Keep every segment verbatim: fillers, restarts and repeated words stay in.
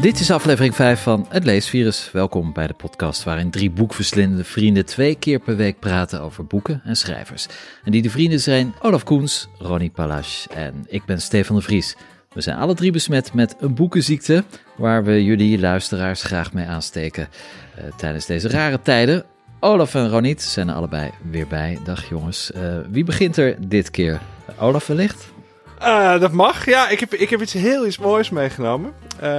Dit is aflevering vijf van Het Leesvirus. Welkom bij de podcast waarin drie boekverslindende vrienden twee keer per week praten over boeken en schrijvers. En die de vrienden zijn Olaf Koens, Ronnie Palasch en ik ben Stefan de Vries. We zijn alle drie besmet met een boekenziekte waar we jullie luisteraars graag mee aansteken uh, tijdens deze rare tijden. Olaf en Ronnie zijn er allebei weer bij. Dag jongens. Uh, wie begint er dit keer? Olaf wellicht? Uh, dat mag, ja. Ik heb, ik heb iets heel iets moois meegenomen.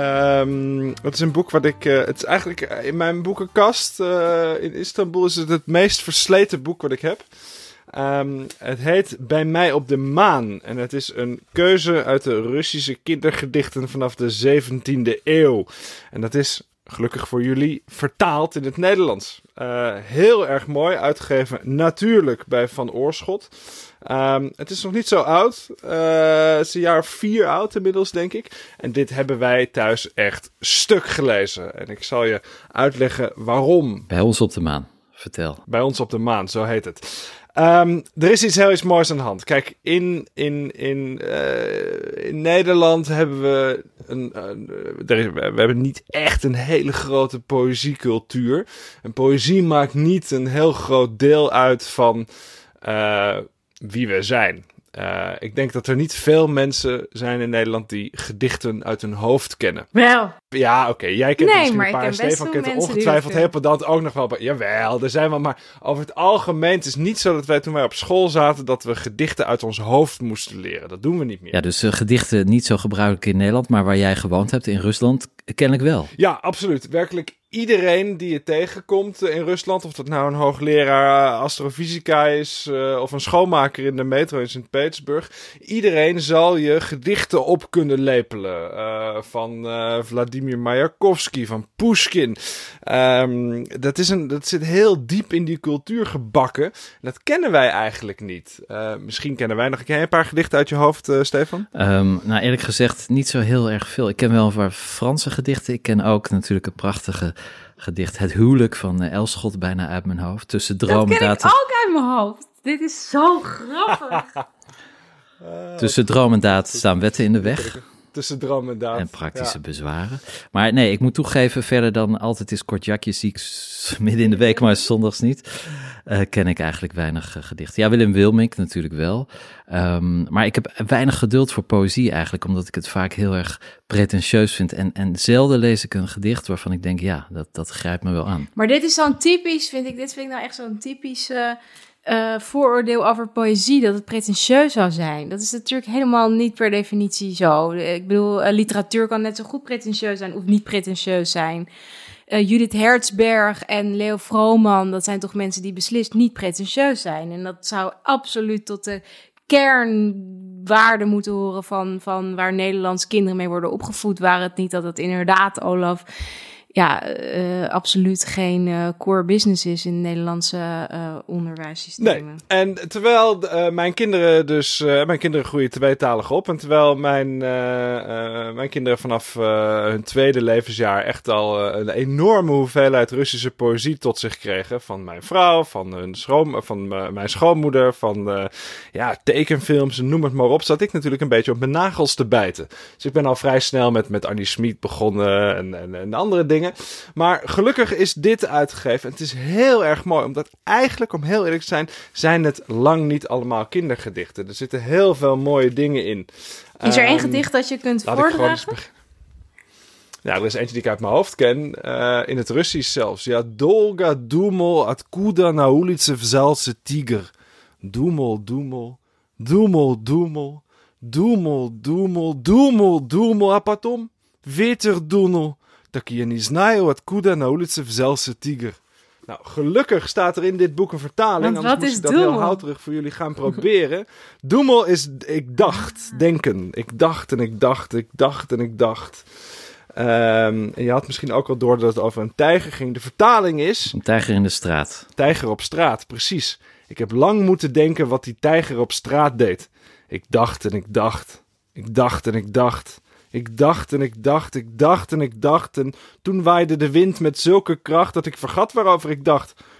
Um, het is een boek wat ik... Uh, het is eigenlijk in mijn boekenkast uh, in Istanbul is het het meest versleten boek wat ik heb. Um, het heet Bij mij op de maan. En het is een keuze uit de Russische kindergedichten vanaf de zeventiende eeuw. En dat is, gelukkig voor jullie, vertaald in het Nederlands. Uh, heel erg mooi, uitgegeven natuurlijk bij Van Oorschot. Um, het is nog niet zo oud. Uh, het is een jaar of vier oud inmiddels, denk ik. En dit hebben wij thuis echt stuk gelezen. En ik zal je uitleggen waarom. Bij ons op de maan, vertel. Bij ons op de maan, zo heet het. Um, er is iets heel iets moois aan de hand. Kijk, in, in, in, uh, in Nederland hebben we, een, een, er is, we hebben niet echt een hele grote poëziecultuur. En poëzie maakt niet een heel groot deel uit van uh, wie we zijn. Uh, ik denk dat er niet veel mensen zijn in Nederland die gedichten uit hun hoofd kennen. Wel. Ja, oké. Okay. Jij kent nee, er misschien maar een paar. Ik ken Stefan kent er ongetwijfeld heel pedant ook nog wel. Jawel, er zijn wel. Maar over het algemeen, het is niet zo dat wij toen wij op school zaten, dat we gedichten uit ons hoofd moesten leren. Dat doen we niet meer. Ja, dus uh, gedichten niet zo gebruikelijk in Nederland, maar waar jij gewoond hebt in Rusland, kennelijk wel. Ja, absoluut. Werkelijk iedereen die je tegenkomt in Rusland, of dat nou een hoogleraar astrofysica is, uh, of een schoonmaker in de metro in Sint-Petersburg, iedereen zal je gedichten op kunnen lepelen. Uh, van uh, Vladimir Mayakovsky, van Pushkin. Um, dat, is een, dat zit heel diep in die cultuur gebakken. Dat kennen wij eigenlijk niet. Uh, misschien kennen wij nog. Ken je een paar gedichten uit je hoofd, uh, Stefan? Um, nou, eerlijk gezegd niet zo heel erg veel. Ik ken wel een paar Franse gedichten. Ik ken ook natuurlijk het prachtige gedicht Het Huwelijk van uh, Elschot bijna uit mijn hoofd. Tussen droom en daad. Dat ken ik ook uit mijn hoofd. Dit is zo grappig. uh, Tussen droom en daad staan wetten in de weg. Tussen droom en daad. En praktische ja. bezwaren. Maar nee, ik moet toegeven, verder dan altijd is Kortjakje ziek midden in de week, maar zondags niet. Uh, ken ik eigenlijk weinig uh, gedichten. Ja, Willem Wilmink natuurlijk wel. Um, maar ik heb weinig geduld voor poëzie eigenlijk, omdat ik het vaak heel erg pretentieus vind. En, en zelden lees ik een gedicht waarvan ik denk, ja, dat, dat grijpt me wel aan. Maar dit is zo'n typisch, vind ik, dit vind ik nou echt zo'n typisch uh, uh, vooroordeel over poëzie, dat het pretentieus zou zijn. Dat is natuurlijk helemaal niet per definitie zo. Ik bedoel, uh, literatuur kan net zo goed pretentieus zijn of niet pretentieus zijn. Uh, Judith Hertzberg en Leo Vrooman, dat zijn toch mensen die beslist niet pretentieus zijn. En dat zou absoluut tot de kernwaarde moeten horen van, van waar Nederlandse kinderen mee worden opgevoed. Waar het niet dat het inderdaad, Olaf, ja, uh, absoluut geen uh, core business is in het Nederlandse uh, onderwijssystemen. Nee, en terwijl uh, mijn kinderen dus, uh, mijn kinderen groeien tweetalig op. En terwijl mijn, uh, uh, mijn kinderen vanaf uh, hun tweede levensjaar echt al uh, een enorme hoeveelheid Russische poëzie tot zich kregen. Van mijn vrouw, van, hun schoon, van uh, mijn schoonmoeder, van uh, ja, tekenfilms, noem het maar op. Zat ik natuurlijk een beetje op mijn nagels te bijten. Dus ik ben al vrij snel met, met Annie Schmid begonnen en, en, en andere dingen. Maar gelukkig is dit uitgegeven. En het is heel erg mooi, omdat eigenlijk, om heel eerlijk te zijn, zijn het lang niet allemaal kindergedichten. Er zitten heel veel mooie dingen in. Is er um, één gedicht dat je kunt voordragen? Ja, er is eentje die ik uit mijn hoofd ken, uh, in het Russisch zelfs. Ja, Dolga Dumol, Atkuda na ulice vzался tiger. Dumol, Dumol, Dumol, Dumol, Dumol, Dumol, Dumol, Dumol, a potom Veter Dunol. Так я не знаю, откуда на улице взялся тигр. Nou, gelukkig staat er in dit boek een vertaling. Want anders wat moest is ik dat doemel? heel houterig voor jullie gaan proberen. Doemel is, ik dacht, denken. Ik dacht en ik dacht, ik dacht en ik dacht. Um, en je had misschien ook al door dat het over een tijger ging. De vertaling is... Een tijger in de straat. Tijger op straat, precies. Ik heb lang moeten denken wat die tijger op straat deed. Ik dacht en ik dacht. Ik dacht en ik dacht. Ik dacht en ik dacht, ik dacht en ik dacht. En toen waaide de wind met zulke kracht dat ik vergat waarover ik dacht.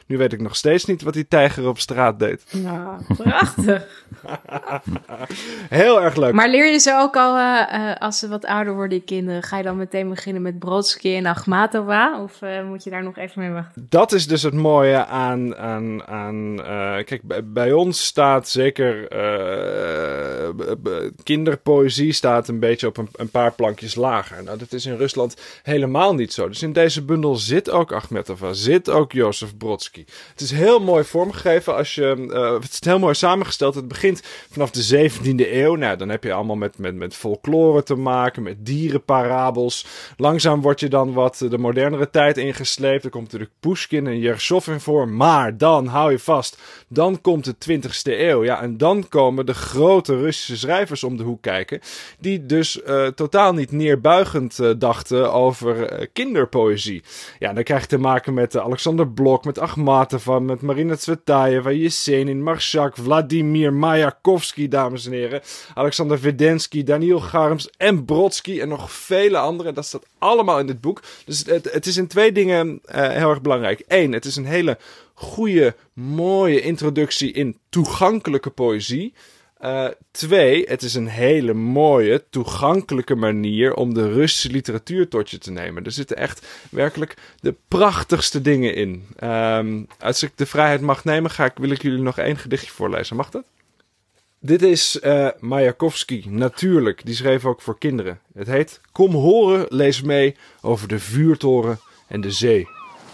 Nu weet ik nog steeds niet wat die tijger op straat deed. Nou, prachtig. Heel erg leuk. Maar leer je ze ook al, uh, uh, als ze wat ouder worden, die kinderen, ga je dan meteen beginnen met Brodsky en Achmatova? Of uh, moet je daar nog even mee wachten? Dat is dus het mooie aan... aan, aan uh, kijk, bij, bij ons staat zeker... Uh, b- b- kinderpoëzie staat een beetje op een, een paar plankjes lager. Nou, dat is in Rusland helemaal niet zo. Dus in deze bundel zit ook Achmetova, zit ook Jozef Brodsky. Het is heel mooi vormgegeven als je... Uh, het is heel mooi samengesteld. Het begint vanaf de zeventiende eeuw. Nou, dan heb je allemaal met, met, met folklore te maken, met dierenparabels. Langzaam word je dan wat de modernere tijd ingesleept. Er komt natuurlijk Pushkin en Jersov in voor. Maar dan, hou je vast, dan komt de twintigste eeuw. Ja, en dan komen de grote Russische schrijvers om de hoek kijken. Die dus uh, totaal niet neerbuigend uh, dachten over uh, kinderpoëzie. Ja, dan krijg je te maken met uh, Alexander Blok, met Achmatova, met Marina Tsvetaeva, Yesenin, Marshak, Vladimir Mayakovsky, dames en heren. Alexander Vedensky, Daniel Garms en Brodsky en nog vele anderen. Dat staat allemaal in dit boek. Dus het, het is in twee dingen uh, heel erg belangrijk. Eén, het is een hele goede, mooie introductie in toegankelijke poëzie. Uh, twee, het is een hele mooie, toegankelijke manier om de Russische literatuur tot je te nemen. Er zitten echt werkelijk de prachtigste dingen in. Um, als ik de vrijheid mag nemen, ga ik, wil ik jullie nog één gedichtje voorlezen. Mag dat? Dit is uh, Mayakovsky, natuurlijk. Die schreef ook voor kinderen. Het heet Kom horen, lees mee over de vuurtoren en de zee.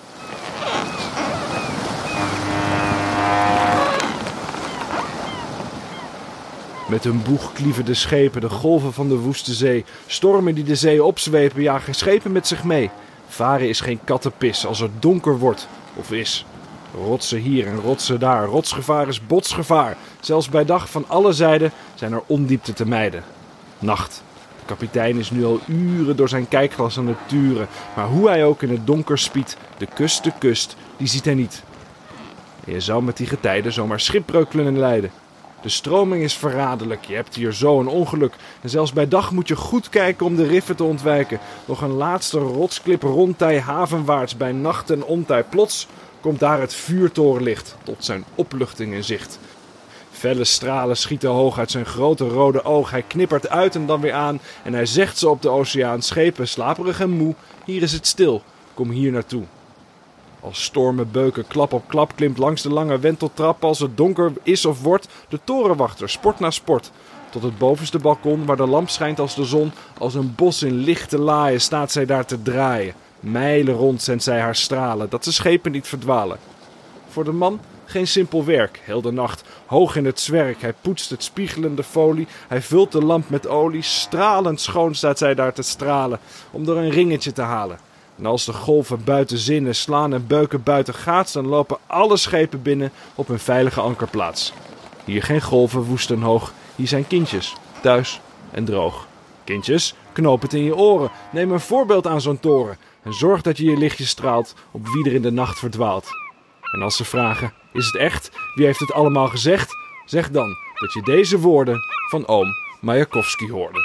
Met hun boeg klieven de schepen de golven van de woeste zee. Stormen die de zee opzwepen, jagen schepen met zich mee. Varen is geen kattenpis als het donker wordt, of is. Rotsen hier en rotsen daar, rotsgevaar is botsgevaar. Zelfs bij dag van alle zijden zijn er ondiepten te mijden. Nacht. De kapitein is nu al uren door zijn kijkglas aan het turen. Maar hoe hij ook in het donker spiedt, de kust, de kust, die ziet hij niet. En je zou met die getijden zomaar schipbreuk kunnen lijden. De stroming is verraderlijk, je hebt hier zo een ongeluk. En zelfs bij dag moet je goed kijken om de riffen te ontwijken. Nog een laatste rotsklip rondtij havenwaarts bij nacht en ontij. Plots komt daar het vuurtorenlicht tot zijn opluchting in zicht. Felle stralen schieten hoog uit zijn grote rode oog. Hij knippert uit en dan weer aan en hij zegt ze op de oceaan. Schepen, slaperig en moe, hier is het stil, kom hier naartoe. Als stormen beuken, klap op klap, klimt langs de lange wenteltrap. Als het donker is of wordt, de torenwachter, sport na sport. Tot het bovenste balkon, waar de lamp schijnt als de zon. Als een bos in lichte laaien staat zij daar te draaien. Mijlen rond zendt zij haar stralen, dat de schepen niet verdwalen. Voor de man geen simpel werk, heel de nacht, hoog in het zwerk. Hij poetst het spiegelende folie, hij vult de lamp met olie. Stralend schoon staat zij daar te stralen, om er een ringetje te halen. En als de golven buiten zinnen slaan en beuken buiten gaats, dan lopen alle schepen binnen op hun veilige ankerplaats. Hier geen golven woest en hoog, hier zijn kindjes, thuis en droog. Kindjes, knoop het in je oren, neem een voorbeeld aan zo'n toren. En zorg dat je je lichtje straalt op wie er in de nacht verdwaalt. En als ze vragen, is het echt? Wie heeft het allemaal gezegd? Zeg dan dat je deze woorden van oom Mayakovsky hoorde.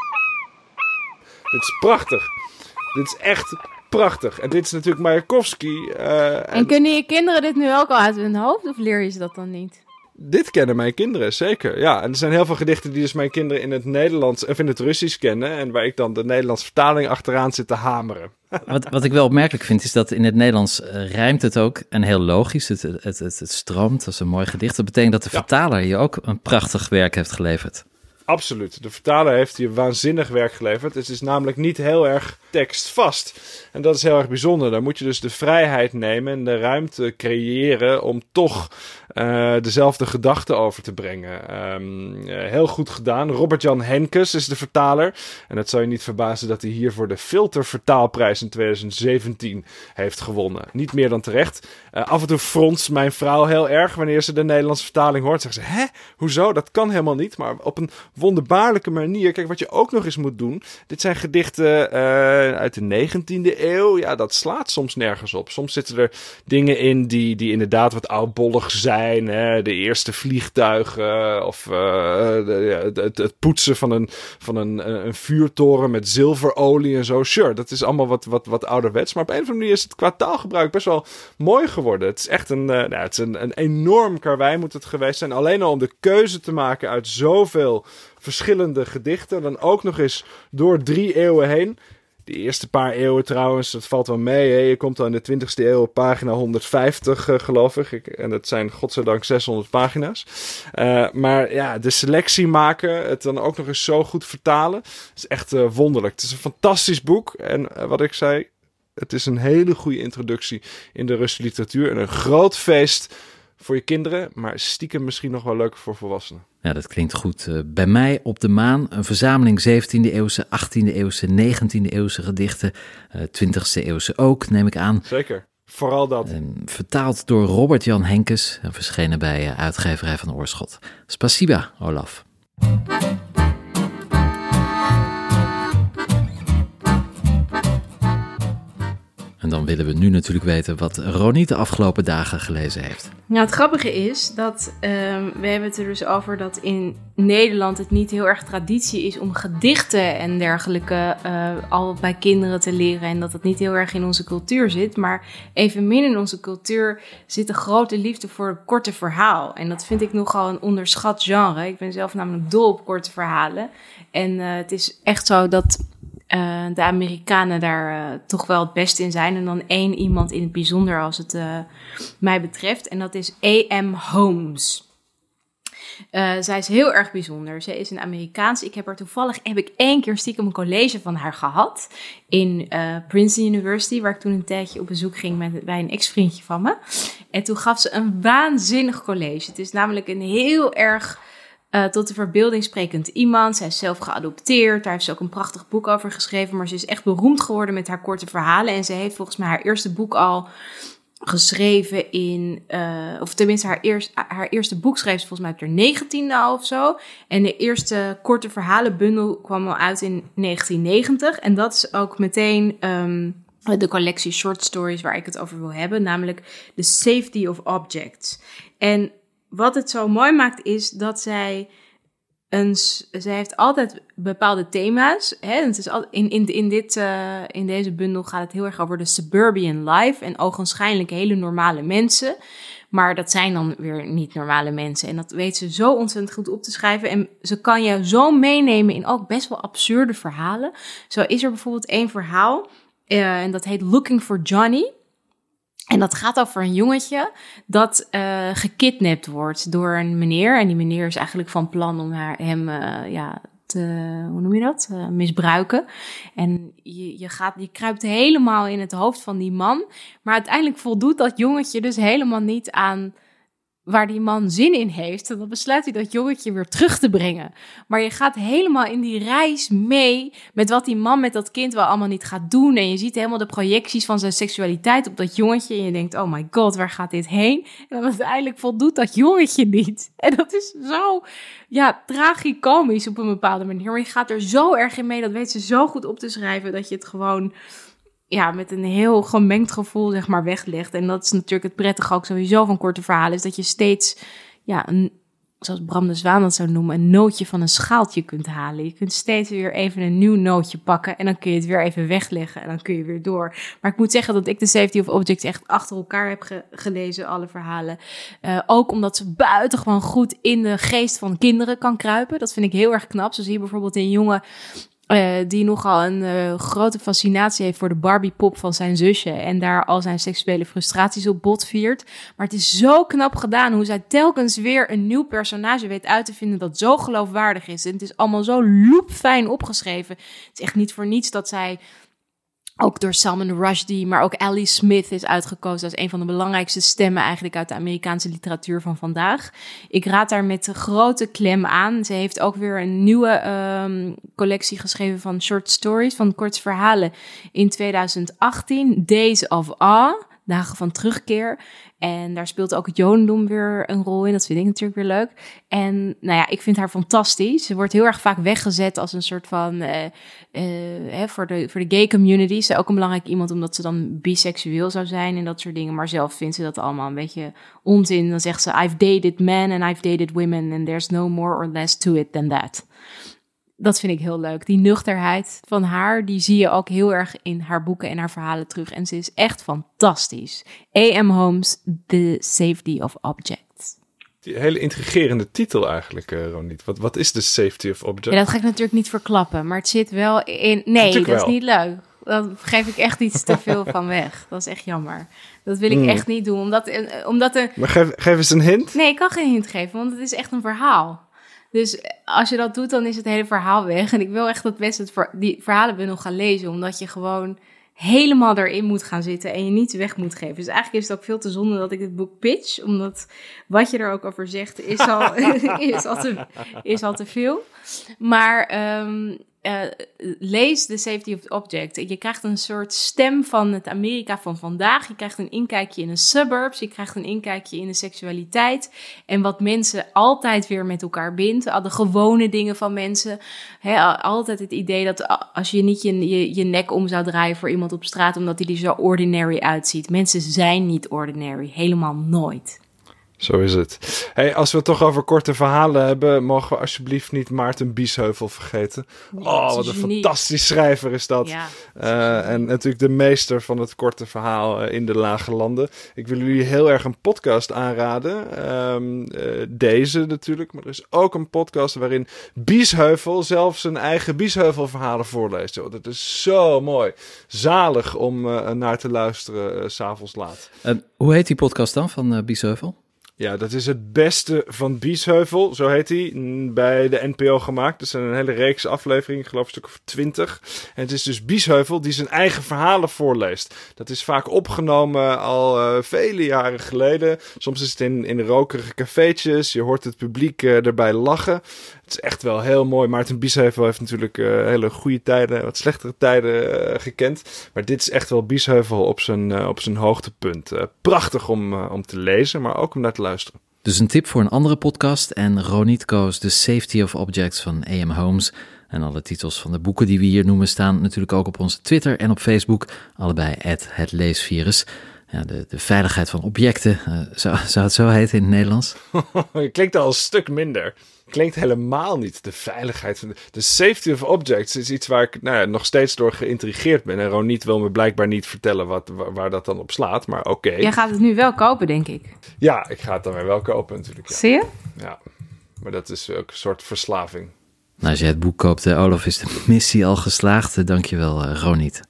Dit is prachtig. Dit is echt prachtig. En dit is natuurlijk Mayakovsky. Uh, en, en kunnen je kinderen dit nu ook al uit hun hoofd? Of leer je ze dat dan niet? Dit kennen mijn kinderen, zeker. Ja, en er zijn heel veel gedichten die dus mijn kinderen in het Nederlands of in het Russisch kennen. En waar ik dan de Nederlandse vertaling achteraan zit te hameren. Wat, wat ik wel opmerkelijk vind, is dat in het Nederlands uh, rijmt het ook. En heel logisch, het, het, het, het, het stroomt, dat is een mooi gedicht. Dat betekent dat de ja. vertaler hier ook een prachtig werk heeft geleverd. Absoluut. De vertaler heeft hier waanzinnig werk geleverd. Het is namelijk niet heel erg tekstvast. En dat is heel erg bijzonder. Dan moet je dus de vrijheid nemen en de ruimte creëren om toch uh, dezelfde gedachten over te brengen. Um, uh, heel goed gedaan. Robert-Jan Henkes is de vertaler. En het zou je niet verbazen dat hij hiervoor de Filter-vertaalprijs in twintig zeventien heeft gewonnen. Niet meer dan terecht. Uh, af en toe fronst mijn vrouw heel erg wanneer ze de Nederlandse vertaling hoort. Zegt ze, hè? Hoezo? Dat kan helemaal niet. Maar op een wonderbaarlijke manier. Kijk, wat je ook nog eens moet doen. Dit zijn gedichten uh, uit de negentiende eeuw. Ja, dat slaat soms nergens op. Soms zitten er dingen in die, die inderdaad wat oudbollig zijn. zijn. Hè? De eerste vliegtuigen of uh, de, de, het, het poetsen van een, van een, een vuurtoren met zilverolie en zo. Sure, dat is allemaal wat, wat, wat ouderwets. Maar op een of andere manier is het qua taalgebruik best wel mooi geworden. Het is echt een, uh, nou, het is een, een enorm karwei moet het geweest zijn. Alleen al om de keuze te maken uit zoveel verschillende gedichten. Dan ook nog eens door drie eeuwen heen. De eerste paar eeuwen trouwens, dat valt wel mee. Hè? Je komt dan in de twintigste eeuw op pagina honderdvijftig, uh, geloof ik. ik. En dat zijn godzijdank zeshonderd pagina's. Uh, maar ja, de selectie maken, het dan ook nog eens zo goed vertalen, is echt uh, wonderlijk. Het is een fantastisch boek. En uh, wat ik zei, het is een hele goede introductie in de Russische literatuur. En een groot feest voor je kinderen, maar stiekem misschien nog wel leuk voor volwassenen. Ja, dat klinkt goed. Uh, bij mij op de maan een verzameling zeventiende eeuwse, achttiende eeuwse, negentiende eeuwse gedichten. Uh, twintigste eeuwse ook, neem ik aan. Zeker, vooral dat. Uh, vertaald door Robert Jan Henkes en verschenen bij uh, uitgeverij van Oorschot. Spasiba, Olaf. En dan willen we nu natuurlijk weten wat Ronnie de afgelopen dagen gelezen heeft. Nou, het grappige is dat um, we hebben het er dus over dat in Nederland het niet heel erg traditie is om gedichten en dergelijke uh, al bij kinderen te leren. En dat het niet heel erg in onze cultuur zit. Maar evenmin in onze cultuur zit een grote liefde voor een korte verhaal. En dat vind ik nogal een onderschat genre. Ik ben zelf namelijk dol op korte verhalen. En uh, het is echt zo dat Uh, de Amerikanen daar uh, toch wel het beste in zijn. En dan één iemand in het bijzonder als het uh, mij betreft. En dat is A M Holmes. Uh, zij is heel erg bijzonder. Zij is een Amerikaanse. Ik heb er toevallig, heb ik één keer stiekem een college van haar gehad. In uh, Princeton University, waar ik toen een tijdje op bezoek ging met, bij een ex-vriendje van me. En toen gaf ze een waanzinnig college. Het is namelijk een heel erg Uh, tot de verbeelding sprekend iemand. Zij is zelf geadopteerd. Daar heeft ze ook een prachtig boek over geschreven. Maar ze is echt beroemd geworden met haar korte verhalen. En ze heeft volgens mij haar eerste boek al geschreven in... Uh, of tenminste, haar, eerst, haar eerste boek schreef ze volgens mij op haar negentiende al of zo. En de eerste korte verhalenbundel kwam al uit in negentien negentig. En dat is ook meteen Um, de collectie short stories waar ik het over wil hebben. Namelijk The Safety of Objects. En wat het zo mooi maakt is dat zij een, zij heeft altijd bepaalde thema's. Hè? Het is al, in, in, in, dit, uh, in deze bundel gaat het heel erg over de suburban life en ogenschijnlijk hele normale mensen. Maar dat zijn dan weer niet normale mensen. En dat weet ze zo ontzettend goed op te schrijven. En ze kan je zo meenemen in ook best wel absurde verhalen. Zo is er bijvoorbeeld één verhaal uh, en dat heet Looking for Johnny. En dat gaat over een jongetje dat uh, gekidnapt wordt door een meneer. En die meneer is eigenlijk van plan om haar, hem uh, ja, te, hoe noem je dat, uh, misbruiken. En je, je, gaat, je kruipt helemaal in het hoofd van die man. Maar uiteindelijk voldoet dat jongetje dus helemaal niet aan waar die man zin in heeft. En dan besluit hij dat jongetje weer terug te brengen. Maar je gaat helemaal in die reis mee met wat die man met dat kind wel allemaal niet gaat doen. En je ziet helemaal de projecties van zijn seksualiteit op dat jongetje. En je denkt, oh my god, waar gaat dit heen? En dan uiteindelijk voldoet dat jongetje niet. En dat is zo, ja, tragicomisch op een bepaalde manier. Maar je gaat er zo erg in mee, dat weet ze zo goed op te schrijven, dat je het gewoon, ja, met een heel gemengd gevoel, zeg maar, weglegt. En dat is natuurlijk het prettige ook sowieso van korte verhalen, is dat je steeds, ja, een, zoals Bram de Zwaan dat zou noemen, een nootje van een schaaltje kunt halen. Je kunt steeds weer even een nieuw nootje pakken en dan kun je het weer even wegleggen en dan kun je weer door. Maar ik moet zeggen dat ik de Safety of Objects echt achter elkaar heb ge- gelezen, alle verhalen. Uh, ook omdat ze buitengewoon goed in de geest van kinderen kan kruipen. Dat vind ik heel erg knap. Zo zie je bijvoorbeeld een jongen Uh, die nogal een uh, grote fascinatie heeft voor de Barbie-pop van zijn zusje en daar al zijn seksuele frustraties op botviert. Maar het is zo knap gedaan hoe zij telkens weer een nieuw personage weet uit te vinden dat zo geloofwaardig is. En het is allemaal zo loepfijn opgeschreven. Het is echt niet voor niets dat zij ook door Salman Rushdie, maar ook Ali Smith is uitgekozen als een van de belangrijkste stemmen eigenlijk uit de Amerikaanse literatuur van vandaag. Ik raad daar met grote klem aan. Ze heeft ook weer een nieuwe um, collectie geschreven van short stories, van korte verhalen in twintig achttien. Days of Awe. Dagen van Terugkeer. En daar speelt ook het Jodendom weer een rol in. Dat vind ik natuurlijk weer leuk. En nou ja, ik vind haar fantastisch. Ze wordt heel erg vaak weggezet als een soort van... Uh, uh, hè, voor, de, voor de gay community is ze ook een belangrijk iemand... omdat ze dan biseksueel zou zijn en dat soort dingen. Maar zelf vindt ze dat allemaal een beetje onzin. Dan zegt ze, I've dated men and I've dated women... and there's no more or less to it than that. Dat vind ik heel leuk. Die nuchterheid van haar, die zie je ook heel erg in haar boeken en haar verhalen terug. En ze is echt fantastisch. A M. Holmes, The Safety of Objects. Die hele intrigerende titel eigenlijk, uh, Ronit. Wat, wat is The Safety of Objects? Ja, dat ga ik natuurlijk niet verklappen, maar het zit wel in... Nee, natuurlijk dat wel. Is niet leuk. Dan geef ik echt iets te veel van weg. Dat is echt jammer. Dat wil ik mm. echt niet doen. Omdat, omdat er... Maar geef, geef eens een hint. Nee, ik kan geen hint geven, want het is echt een verhaal. Dus als je dat doet, dan is het hele verhaal weg. En ik wil echt dat mensen het ver- die verhalenbundel gaan lezen. Omdat je gewoon helemaal erin moet gaan zitten en je niet weg moet geven. Dus eigenlijk is het ook veel te zonde dat ik dit boek pitch. Omdat wat je er ook over zegt, is al, is al, te, is al te veel. Maar um, uh, lees The Safety of Object. Je krijgt een soort stem van het Amerika van vandaag. Je krijgt een inkijkje in de suburbs. Je krijgt een inkijkje in de seksualiteit. En wat mensen altijd weer met elkaar bindt. Al de gewone dingen van mensen. He, altijd het idee dat als je niet je, je, je nek om zou draaien voor iemand op straat, omdat hij er zo ordinary uitziet. Mensen zijn niet ordinary. Helemaal nooit. Zo is het. Hey, als we het toch over korte verhalen hebben, mogen we alsjeblieft niet Maarten Biesheuvel vergeten. Nee, oh, wat een genie. Fantastisch schrijver is dat. Ja, uh, en natuurlijk de meester van het korte verhaal uh, in de Lage Landen. Ik wil jullie heel erg een podcast aanraden. Um, uh, deze natuurlijk, maar er is ook een podcast waarin Biesheuvel zelf zijn eigen Biesheuvel verhalen voorleest. Oh, dat is zo mooi. Zalig om uh, naar te luisteren uh, 's avonds laat. Uh, hoe heet die podcast dan van uh, Biesheuvel? Ja, dat is het beste van Biesheuvel, zo heet hij, bij de N P O gemaakt. Dat zijn een hele reeks afleveringen, ik geloof een stuk of twintig. En het is dus Biesheuvel die zijn eigen verhalen voorleest. Dat is vaak opgenomen al uh, vele jaren geleden. Soms is het in, in rokerige cafeetjes, je hoort het publiek uh, erbij lachen. Het is echt wel heel mooi. Maarten Biesheuvel heeft natuurlijk uh, hele goede tijden, wat slechtere tijden uh, gekend. Maar dit is echt wel Biesheuvel op zijn, uh, op zijn hoogtepunt. Uh, prachtig om, uh, om te lezen, maar ook om naar te luisteren. Dus een tip voor een andere podcast en Ronit Koos, The Safety of Objects van A M. Holmes. En alle titels van de boeken die we hier noemen staan natuurlijk ook op onze Twitter en op Facebook. Allebei at het leesvirus. Ja, de, de veiligheid van objecten, uh, zou, zou het zo heten in het Nederlands? Het klinkt al een stuk minder. Klinkt helemaal niet. De veiligheid van de, de safety of objects is iets waar ik nou ja, nog steeds door geïntrigeerd ben. En Ronit wil me blijkbaar niet vertellen wat, waar, waar dat dan op slaat, maar oké. Okay. Jij gaat het nu wel kopen, denk ik. Ja, ik ga het dan weer wel kopen natuurlijk. Ja. Zie je? Ja, maar dat is ook een soort verslaving. Nou, als je het boek koopt, uh, Olaf, is de missie al geslaagd. Uh, Dankjewel, uh, Ronit.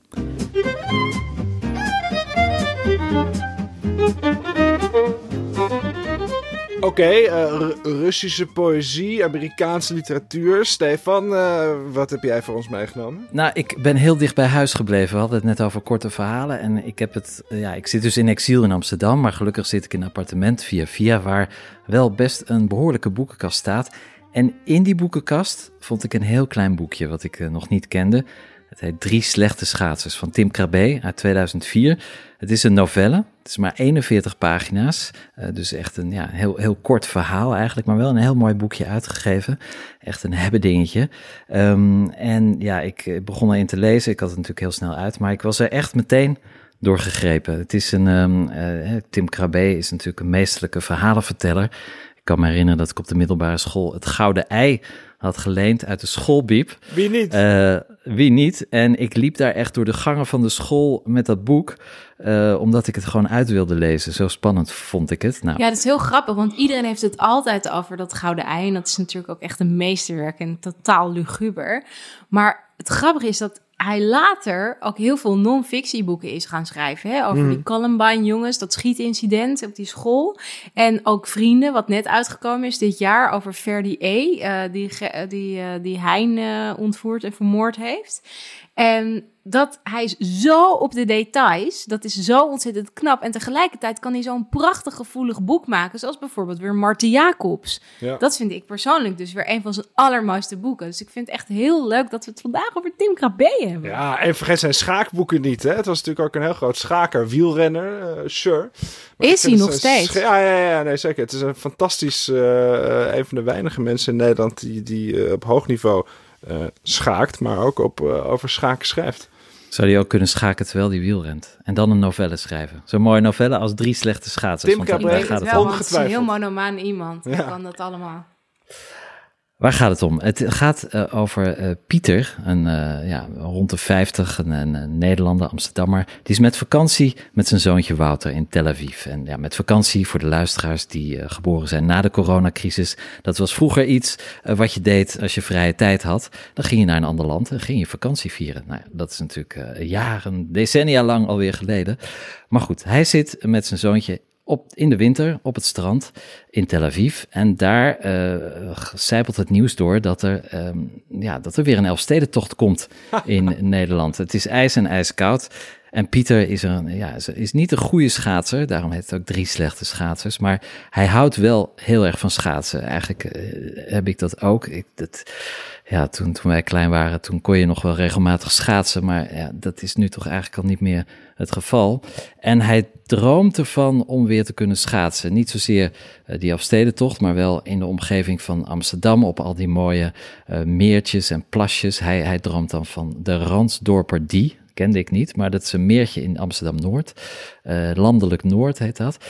Oké, okay, uh, Russische poëzie, Amerikaanse literatuur. Stefan, uh, wat heb jij voor ons meegenomen? Nou, ik ben heel dicht bij huis gebleven. We hadden het net over korte verhalen. En ik heb het, uh, ja, ik zit dus in exil in Amsterdam. Maar gelukkig zit ik in een appartement via via, waar wel best een behoorlijke boekenkast staat. En in die boekenkast vond ik een heel klein boekje wat ik uh, nog niet kende. Het heet Drie slechte schaatsers van Tim Krabbe uit tweeduizend vier. Het is een novelle, het is maar eenenveertig pagina's. Uh, dus echt een ja, heel, heel kort verhaal eigenlijk, maar wel een heel mooi boekje uitgegeven. Echt een hebbedingetje. Um, en ja, ik begon erin te lezen. Ik had het natuurlijk heel snel uit, maar ik was er echt meteen doorgegrepen. Het is een, um, uh, Tim Krabbe is natuurlijk een meesterlijke verhalenverteller. Ik kan me herinneren dat ik op de middelbare school het Gouden Ei had geleend uit de schoolbiep. Wie niet? Uh, wie niet? En ik liep daar echt door de gangen van de school met dat boek, uh, omdat ik het gewoon uit wilde lezen. Zo spannend vond ik het. Nou. Ja, dat is heel grappig, want iedereen heeft het altijd over dat Gouden Ei. En dat is natuurlijk ook echt een meesterwerk en totaal luguber. Maar het grappige is dat hij later ook heel veel non-fictieboeken is gaan schrijven. Hè? Over mm. die Columbine-jongens, dat schietincident op die school. En ook Vrienden, wat net uitgekomen is dit jaar, over Ferdy E., uh, die, die, uh, die Hein uh, ontvoerd en vermoord heeft. En dat hij is zo op de details, dat is zo ontzettend knap. En tegelijkertijd kan hij zo'n prachtig gevoelig boek maken, zoals bijvoorbeeld weer Marten Jacobs. Ja. Dat vind ik persoonlijk dus weer een van zijn allermooiste boeken. Dus ik vind het echt heel leuk dat we het vandaag over Tim Krabbe hebben. Ja, en vergeet zijn schaakboeken niet, hè. Het was natuurlijk ook een heel groot schaker, wielrenner, uh, sure. Maar is hij nog steeds? Sch- ja, ja, ja, nee, zeker. Het is een fantastisch, uh, een van de weinige mensen in Nederland die, die uh, op hoog niveau uh, schaakt, maar ook op, uh, over schaken schrijft. Zou die ook kunnen schaken terwijl die wielrent? En dan een novelle schrijven. Zo'n mooie novelle als Drie slechte schaatsers. Tim Krabbe, ik weet het wel, want het is een heel monomaan iemand. Ja. kan dat allemaal. Waar gaat het om? Het gaat uh, over uh, Pieter, een uh, ja, rond de vijftig, een, een, een Nederlander, Amsterdammer. Die is met vakantie met zijn zoontje Wouter in Tel Aviv. En ja, met vakantie voor de luisteraars die uh, geboren zijn na de coronacrisis. Dat was vroeger iets uh, wat je deed als je vrije tijd had. Dan ging je naar een ander land en ging je vakantie vieren. Nou, dat is natuurlijk uh, jaren, decennia lang alweer geleden. Maar goed, hij zit met zijn zoontje Op, in de winter op het strand in Tel Aviv. En daar uh, sijpelt het nieuws door dat er, um, ja, dat er weer een Elfstedentocht komt in Nederland. Het is ijs en ijskoud. En Pieter is, een, ja, is niet een goede schaatser. Daarom heet het ook Drie slechte schaatsers. Maar hij houdt wel heel erg van schaatsen. Eigenlijk uh, heb ik dat ook. Ik, dat, ja, toen, toen wij klein waren, toen kon je nog wel regelmatig schaatsen. Maar ja, dat is nu toch eigenlijk al niet meer het geval. En hij droomt ervan om weer te kunnen schaatsen. Niet zozeer uh, die Elfstedentocht, maar wel in de omgeving van Amsterdam op al die mooie uh, meertjes en plasjes. Hij, hij droomt dan van de Ransdorper Die. Kende ik niet, maar dat is een meertje in Amsterdam-Noord. Uh, Landelijk Noord heet dat.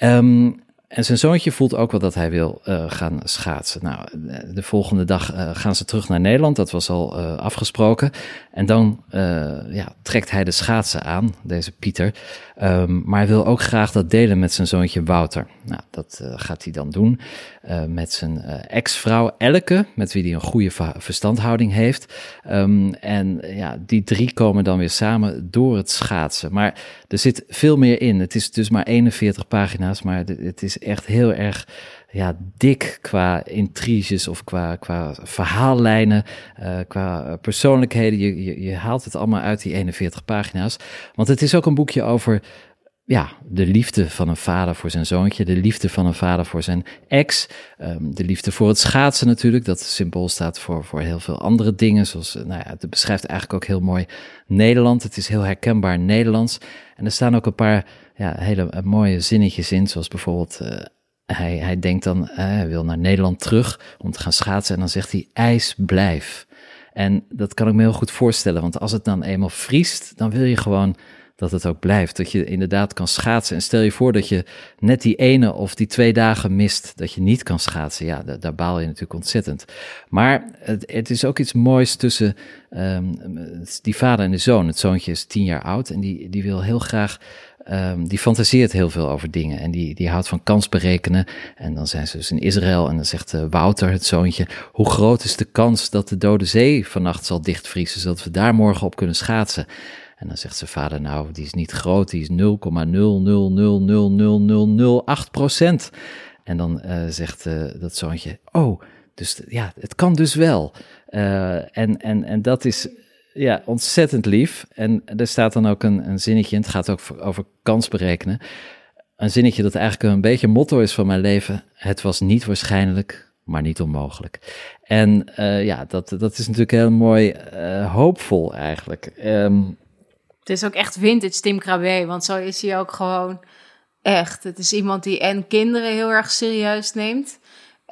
Um, en zijn zoontje voelt ook wel dat hij wil uh, gaan schaatsen. Nou, de volgende dag uh, gaan ze terug naar Nederland. Dat was al uh, afgesproken. En dan uh, ja, trekt hij de schaatsen aan, deze Pieter. Um, maar hij wil ook graag dat delen met zijn zoontje Wouter. Nou, dat uh, gaat hij dan doen uh, met zijn uh, ex-vrouw Elke, met wie hij een goede va- verstandhouding heeft. Um, en ja, die drie komen dan weer samen door het schaatsen. Maar er zit veel meer in. Het is dus maar eenenveertig pagina's, maar het is echt heel erg ja, dik qua intriges of qua, qua verhaallijnen, uh, qua persoonlijkheden. Je, je, je haalt het allemaal uit die eenenveertig pagina's. Want het is ook een boekje over ja, de liefde van een vader voor zijn zoontje, de liefde van een vader voor zijn ex, um, de liefde voor het schaatsen natuurlijk, dat symbool staat voor, voor heel veel andere dingen, zoals, nou ja, het beschrijft eigenlijk ook heel mooi Nederland. Het is heel herkenbaar Nederlands. En er staan ook een paar ja, hele uh, mooie zinnetjes in, zoals bijvoorbeeld Uh, Hij, hij denkt dan, uh, hij wil naar Nederland terug om te gaan schaatsen en dan zegt hij ijs blijf. En dat kan ik me heel goed voorstellen, want als het dan eenmaal vriest, dan wil je gewoon dat het ook blijft. Dat je inderdaad kan schaatsen. En stel je voor dat je net die ene of die twee dagen mist dat je niet kan schaatsen. Ja, daar, daar baal je natuurlijk ontzettend. Maar het, het is ook iets moois tussen um, die vader en de zoon. Het zoontje is tien jaar oud en die, die wil heel graag Um, die fantaseert heel veel over dingen en die, die houdt van kans berekenen. En dan zijn ze dus in Israël en dan zegt uh, Wouter, het zoontje, hoe groot is de kans dat de Dode Zee vannacht zal dichtvriezen, zodat we daar morgen op kunnen schaatsen? En dan zegt zijn vader, nou, die is niet groot, die is nul komma nul nul nul nul nul nul nul acht procent. En dan uh, zegt uh, dat zoontje, oh, dus ja, het kan dus wel. Uh, en, en, en dat is ja, ontzettend lief. En er staat dan ook een, een zinnetje in, het gaat ook over kans berekenen. Een zinnetje dat eigenlijk een beetje motto is van mijn leven. Het was niet waarschijnlijk, maar niet onmogelijk. En uh, ja, dat, dat is natuurlijk heel mooi uh, hoopvol eigenlijk. Um, het is ook echt vintage Tim Krabbe, want zo is hij ook gewoon echt. Het is iemand die en kinderen heel erg serieus neemt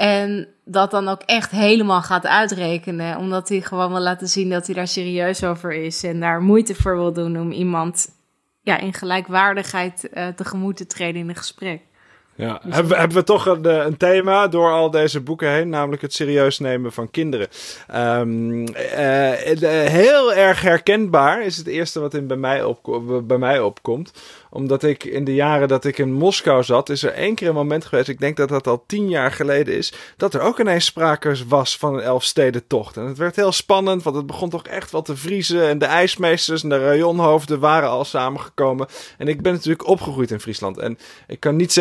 en dat dan ook echt helemaal gaat uitrekenen, omdat hij gewoon wil laten zien dat hij daar serieus over is en daar moeite voor wil doen om iemand ja, in gelijkwaardigheid uh, tegemoet te treden in een gesprek. Ja, dus hebben, we, hebben we toch een, een thema door al deze boeken heen, namelijk het serieus nemen van kinderen. Um, uh, heel erg herkenbaar is het eerste wat in bij, mij op, bij mij opkomt. Omdat ik in de jaren dat ik in Moskou zat, is er één keer een moment geweest, ik denk dat dat al tien jaar geleden is, dat er ook ineens sprake was van een Elfstedentocht. En het werd heel spannend, want het begon toch echt wel te vriezen en de ijsmeesters en de rayonhoofden waren al samengekomen. En ik ben natuurlijk opgegroeid in Friesland. En ik kan niet zeggen dat ik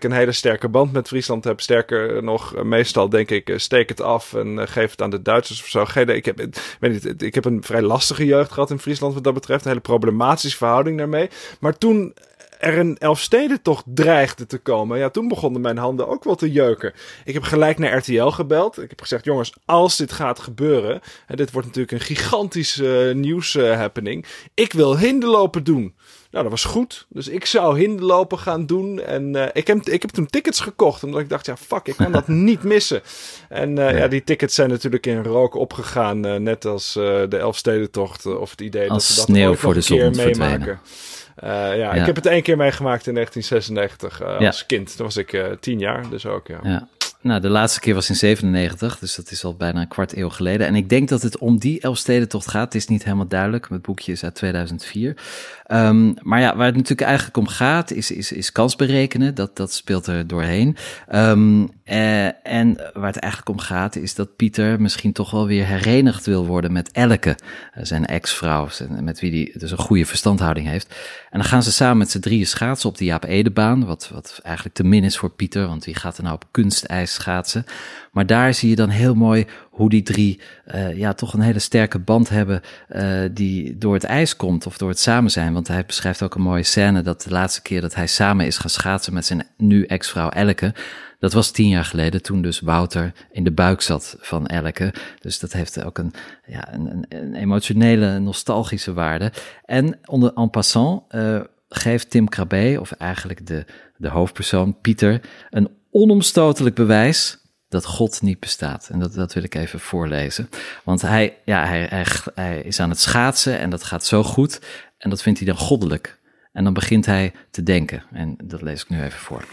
ik een hele sterke band met Friesland heb. Sterker nog, uh, meestal denk ik, uh, steek het af en uh, geef het aan de Duitsers of zo. Geen, ik, heb, ik, weet niet, ik heb een vrij lastige jeugd gehad in Friesland wat dat betreft. Een hele problematische verhouding daarmee. Maar toen er een Elfstedentocht dreigde te komen, ja, toen begonnen mijn handen ook wel te jeuken. Ik heb gelijk naar R T L gebeld. Ik heb gezegd, jongens, als dit gaat gebeuren, en dit wordt natuurlijk een gigantische uh, nieuws-happening, uh, ik wil hinderlopen doen. Nou, dat was goed. Dus ik zou hinderlopen gaan doen. En uh, ik, heb, ik heb toen tickets gekocht. Omdat ik dacht, ja, fuck, ik kan dat niet missen. En uh, nee. ja, die tickets zijn natuurlijk in rook opgegaan. Uh, net als uh, de Elfstedentocht. Uh, of het idee als dat we dat sneeuw ooit voor nog de een keer zon meemaken. Uh, ja, ja, ik heb het één keer meegemaakt in negentien zesennegentig uh, ja. als kind. Toen was ik uh, tien jaar, dus ook, ja. ja. Nou, de laatste keer was in zevenennegentig, dus dat is al bijna een kwart eeuw geleden. En ik denk dat het om die Elfstedentocht gaat. Het is niet helemaal duidelijk. Het boekje is uit tweeduizend vier. Um, maar ja, waar het natuurlijk eigenlijk om gaat, is, is, is kans berekenen. Dat, dat speelt er doorheen. Um, eh, en waar het eigenlijk om gaat, is dat Pieter misschien toch wel weer herenigd wil worden met Elke, zijn ex-vrouw, met wie hij dus een goede verstandhouding heeft. En dan gaan ze samen met z'n drieën schaatsen op de Jaap Edebaan, wat, wat eigenlijk te min is voor Pieter, want wie gaat er nou op kunstijs schaatsen? Maar daar zie je dan heel mooi hoe die drie uh, ja toch een hele sterke band hebben uh, die door het ijs komt of door het samen zijn. Want hij beschrijft ook een mooie scène dat de laatste keer dat hij samen is gaan schaatsen met zijn nu ex-vrouw Elke, dat was tien jaar geleden, toen dus Wouter in de buik zat van Elke. Dus dat heeft ook een, ja, een, een emotionele, nostalgische waarde. En onder en passant uh, geeft Tim Krabbe, of eigenlijk de, de hoofdpersoon Pieter, een onomstotelijk bewijs dat God niet bestaat. En dat, dat wil ik even voorlezen. Want hij, ja, hij, hij, hij is aan het schaatsen en dat gaat zo goed. En dat vindt hij dan goddelijk. En dan begint hij te denken. En dat lees ik nu even voor.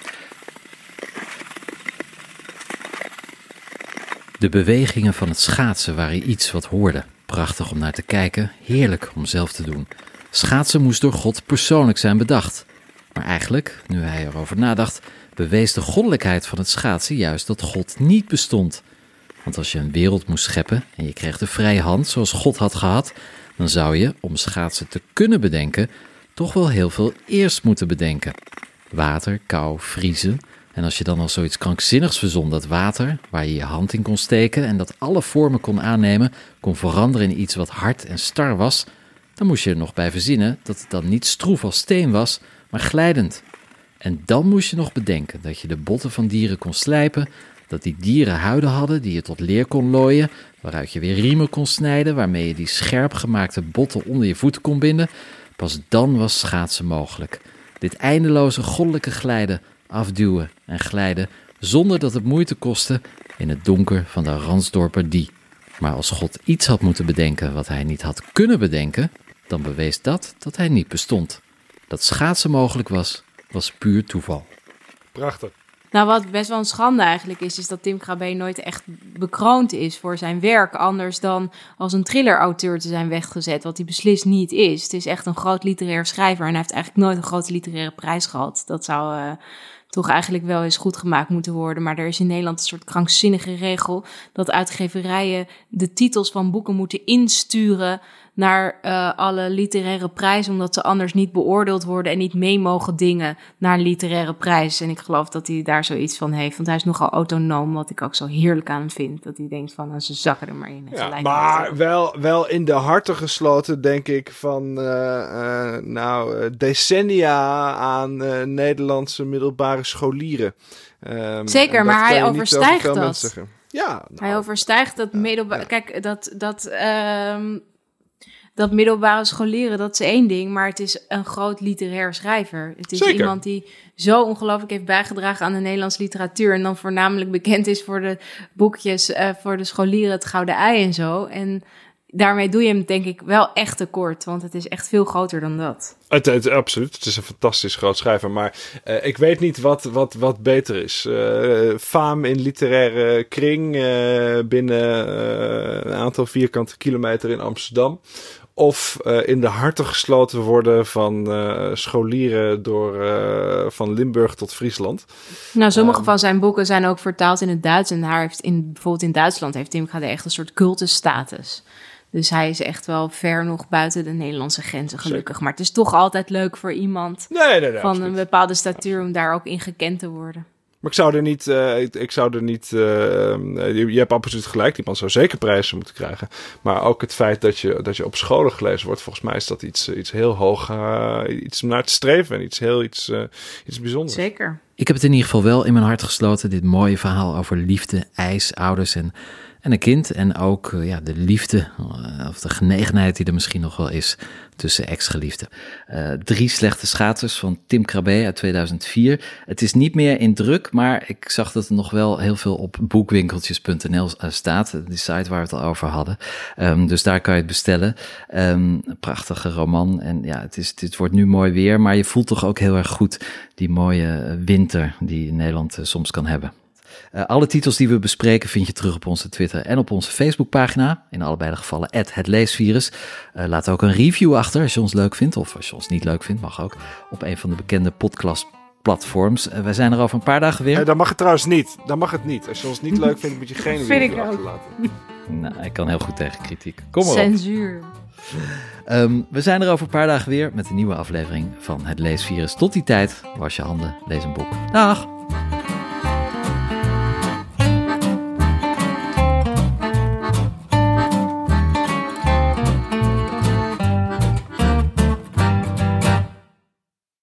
De bewegingen van het schaatsen waren iets wat hoorde. Prachtig om naar te kijken, heerlijk om zelf te doen. Schaatsen moest door God persoonlijk zijn bedacht. Maar eigenlijk, nu hij erover nadacht, bewees de goddelijkheid van het schaatsen juist dat God niet bestond. Want als je een wereld moest scheppen en je kreeg de vrije hand zoals God had gehad, dan zou je, om schaatsen te kunnen bedenken, toch wel heel veel eerst moeten bedenken. Water, kou, vriezen. En als je dan al zoiets krankzinnigs verzon dat water, waar je je hand in kon steken en dat alle vormen kon aannemen, kon veranderen in iets wat hard en star was, dan moest je er nog bij verzinnen dat het dan niet stroef als steen was, maar glijdend. En dan moest je nog bedenken dat je de botten van dieren kon slijpen, dat die dieren huiden hadden die je tot leer kon looien, waaruit je weer riemen kon snijden, waarmee je die scherp gemaakte botten onder je voeten kon binden. Pas dan was schaatsen mogelijk. Dit eindeloze goddelijke glijden, afduwen en glijden, zonder dat het moeite kostte in het donker van de Ransdorper Die. Maar als God iets had moeten bedenken wat hij niet had kunnen bedenken, dan bewees dat dat hij niet bestond. Dat schaatsen mogelijk was, was puur toeval. Prachtig. Nou, wat best wel een schande eigenlijk is, is dat Tim Krabbe nooit echt bekroond is voor zijn werk. Anders dan als een thriller-auteur te zijn weggezet, wat hij beslist niet is. Het is echt een groot literair schrijver en hij heeft eigenlijk nooit een grote literaire prijs gehad. Dat zou uh, toch eigenlijk wel eens goed gemaakt moeten worden. Maar er is in Nederland een soort krankzinnige regel dat uitgeverijen de titels van boeken moeten insturen naar uh, alle literaire prijzen, omdat ze anders niet beoordeeld worden en niet mee mogen dingen naar literaire prijs. En ik geloof dat hij daar zoiets van heeft, want hij is nogal autonoom, wat ik ook zo heerlijk aan hem vind. Dat hij denkt van, nou, ze zakken er maar in. Ja, maar wel, wel in de harten gesloten, denk ik, van uh, uh, nou, decennia aan uh, Nederlandse middelbare scholieren. Um, Zeker, maar hij overstijgt dat. Ja, nou, hij overstijgt dat middelbare... Ja. Kijk, dat... dat um, Dat middelbare scholieren, dat is één ding, maar het is een groot literair schrijver. Het is Zeker. Iemand die zo ongelooflijk heeft bijgedragen aan de Nederlandse literatuur en dan voornamelijk bekend is voor de boekjes, uh, voor de scholieren, het Gouden Ei en zo. En daarmee doe je hem denk ik wel echt tekort, want het is echt veel groter dan dat. Het, het, absoluut, het is een fantastisch groot schrijver, maar uh, ik weet niet wat, wat, wat beter is. Uh, faam in literaire kring uh, binnen uh, een aantal vierkante kilometer in Amsterdam. Of uh, in de harten gesloten worden van uh, scholieren door, uh, van Limburg tot Friesland. Nou, sommige um, van zijn boeken zijn ook vertaald in het Duits. En daar heeft in, bijvoorbeeld in Duitsland heeft Tim Krabbe echt een soort cultusstatus. Dus hij is echt wel ver nog buiten de Nederlandse grenzen, gelukkig. Zeker. Maar het is toch altijd leuk voor iemand nee, nee, nee, van absoluut. een bepaalde statuur om daar ook in gekend te worden. Maar ik zou er niet, uh, ik, ik zou er niet, uh, je, je hebt absoluut gelijk, die man zou zeker prijzen moeten krijgen. Maar ook het feit dat je, dat je op scholen gelezen wordt, volgens mij is dat iets, iets heel hoog, uh, iets om naar te streven en iets heel, iets, uh, iets bijzonders. Zeker. Ik heb het in ieder geval wel in mijn hart gesloten, dit mooie verhaal over liefde, ijs, ouders en, en een kind. En ook uh, ja, de liefde, uh, of de genegenheid die er misschien nog wel is tussen ex-geliefden. Uh, drie slechte schaatsers van Tim Krabbe uit tweeduizend vier. Het is niet meer in druk, maar ik zag dat er nog wel heel veel op boekwinkeltjes punt n l staat. Die site waar we het al over hadden. Um, dus daar kan je het bestellen. Um, een prachtige roman. En ja, het, is, het wordt nu mooi weer, maar je voelt toch ook heel erg goed die mooie winter die Nederland uh, soms kan hebben. Uh, alle titels die we bespreken vind je terug op onze Twitter en op onze Facebookpagina. In allebei de gevallen at het leesvirus. Uh, laat ook een review achter als je ons leuk vindt. Of als je ons niet leuk vindt, mag ook. Op een van de bekende podcastplatforms. Uh, wij zijn er over een paar dagen weer. Hey, dat mag het trouwens niet. Dat mag het niet. Als je ons niet leuk vindt, moet je geen review achterlaten. Nou, ik kan heel goed tegen kritiek. Kom maar op. Censuur. Um, we zijn er over een paar dagen weer met een nieuwe aflevering van Het Leesvirus. Tot die tijd, was je handen, lees een boek. Dag!